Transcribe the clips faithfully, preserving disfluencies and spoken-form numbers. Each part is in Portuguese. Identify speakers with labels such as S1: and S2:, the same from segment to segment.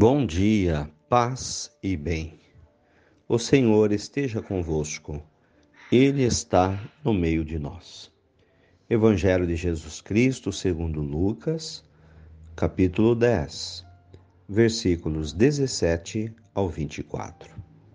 S1: Bom dia, paz e bem. O Senhor esteja convosco. Ele está no meio de nós. Evangelho de Jesus Cristo, segundo Lucas, capítulo dez, versículos dezessete ao vinte e quatro.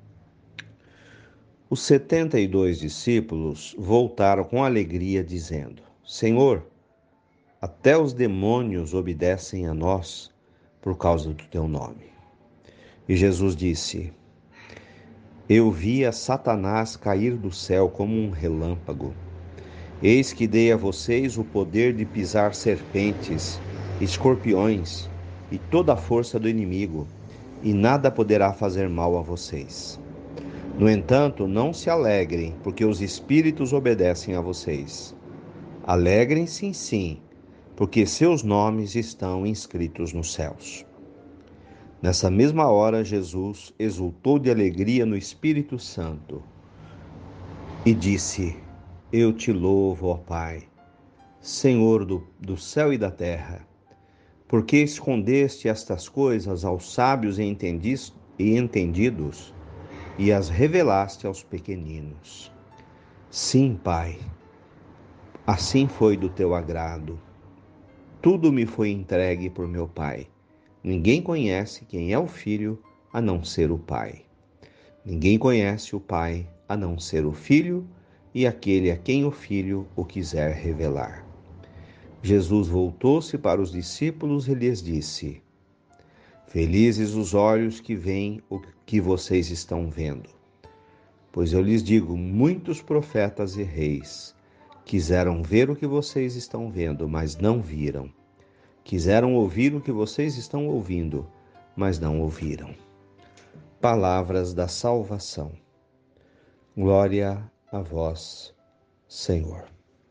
S1: Os setenta e dois discípulos voltaram com alegria, dizendo: Senhor, até os demônios obedecem a nós por causa do teu nome. E Jesus disse: Eu vi a Satanás cair do céu como um relâmpago. Eis que dei a vocês o poder de pisar serpentes, escorpiões e toda a força do inimigo, e nada poderá fazer mal a vocês. No entanto, não se alegrem, porque os espíritos obedecem a vocês. Alegrem-se, sim, porque seus nomes estão inscritos nos céus. Nessa mesma hora, Jesus exultou de alegria no Espírito Santo e disse: Eu te louvo, ó Pai, Senhor do, do céu e da terra, porque escondeste estas coisas aos sábios e entendidos e as revelaste aos pequeninos. Sim, Pai, assim foi do teu agrado. Tudo me foi entregue por meu Pai. Ninguém conhece quem é o Filho a não ser o Pai. Ninguém conhece o Pai a não ser o Filho e aquele a quem o Filho o quiser revelar. Jesus voltou-se para os discípulos e lhes disse: Felizes os olhos que veem o que vocês estão vendo. Pois eu lhes digo, muitos profetas e reis quiseram ver o que vocês estão vendo, mas não viram. Quiseram ouvir o que vocês estão ouvindo, mas não ouviram. Palavras da salvação. Glória a vós, Senhor.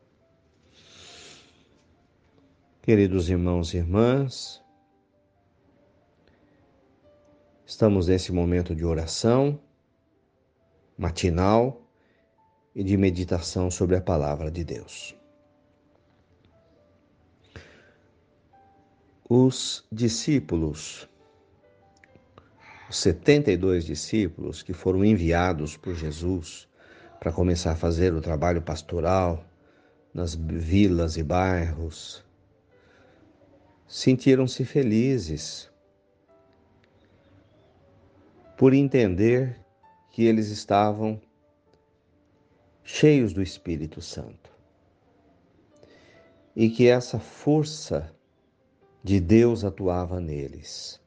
S1: Queridos irmãos e irmãs, estamos nesse momento de oração matinal e de meditação sobre a palavra de Deus. Os discípulos, os setenta e dois discípulos que foram enviados por Jesus para começar a fazer o trabalho pastoral nas vilas e bairros, sentiram-se felizes por entender que eles estavam cheios do Espírito Santo e que essa força de Deus atuava neles.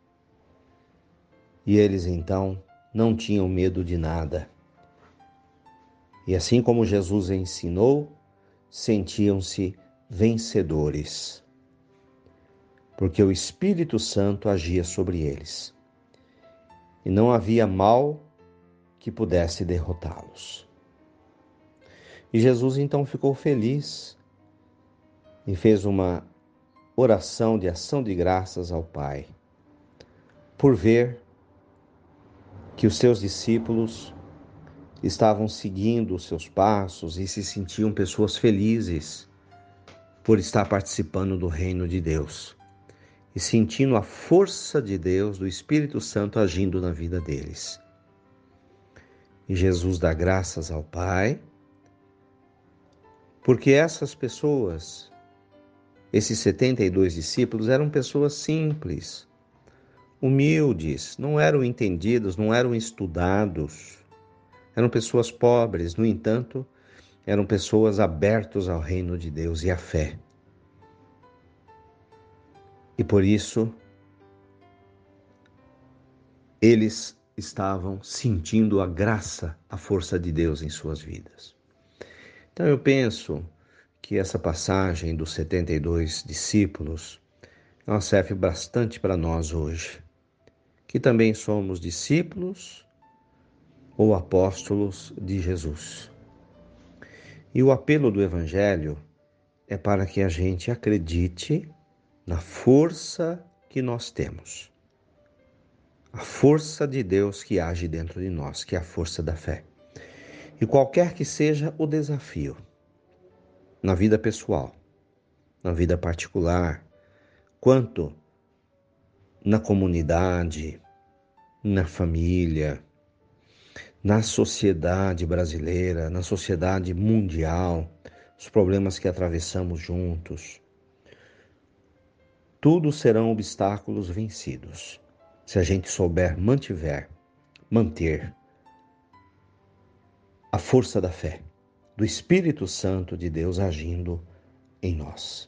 S1: E eles então não tinham medo de nada. E assim como Jesus ensinou, sentiam-se vencedores, porque o Espírito Santo agia sobre eles. E não havia mal que pudesse derrotá-los. E Jesus então ficou feliz e fez uma oração de ação de graças ao Pai, por ver que os seus discípulos estavam seguindo os seus passos e se sentiam pessoas felizes por estar participando do reino de Deus e sentindo a força de Deus, do Espírito Santo agindo na vida deles. E Jesus dá graças ao Pai, porque essas pessoas, esses setenta e dois discípulos, eram pessoas simples, humildes, não eram entendidos, não eram estudados, eram pessoas pobres, no entanto, eram pessoas abertas ao reino de Deus e à fé. E por isso, eles estavam sentindo a graça, a força de Deus em suas vidas. Então eu penso que essa passagem dos setenta e dois discípulos, ela serve bastante para nós hoje, que também somos discípulos ou apóstolos de Jesus. E o apelo do Evangelho é para que a gente acredite na força que nós temos. A força de Deus que age dentro de nós, que é a força da fé. E qualquer que seja o desafio, na vida pessoal, na vida particular, quanto na comunidade, na família, na sociedade brasileira, na sociedade mundial, os problemas que atravessamos juntos. Tudo serão obstáculos vencidos, se a gente souber mantiver, manter a força da fé, do Espírito Santo de Deus agindo em nós.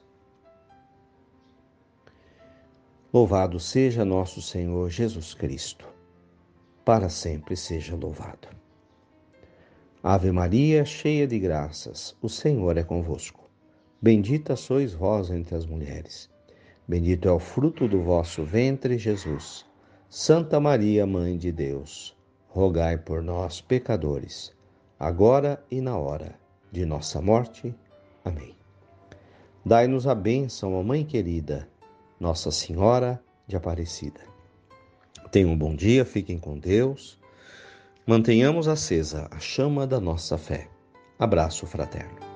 S1: Louvado seja nosso Senhor Jesus Cristo, para sempre seja louvado. Ave Maria, cheia de graças, o Senhor é convosco. Bendita sois vós entre as mulheres. Bendito é o fruto do vosso ventre, Jesus. Santa Maria, Mãe de Deus, rogai por nós, pecadores, agora e na hora de nossa morte. Amém. Dai-nos a bênção, ó Mãe querida, Nossa Senhora de Aparecida. Tenham um bom dia, fiquem com Deus. Mantenhamos acesa a chama da nossa fé. Abraço fraterno.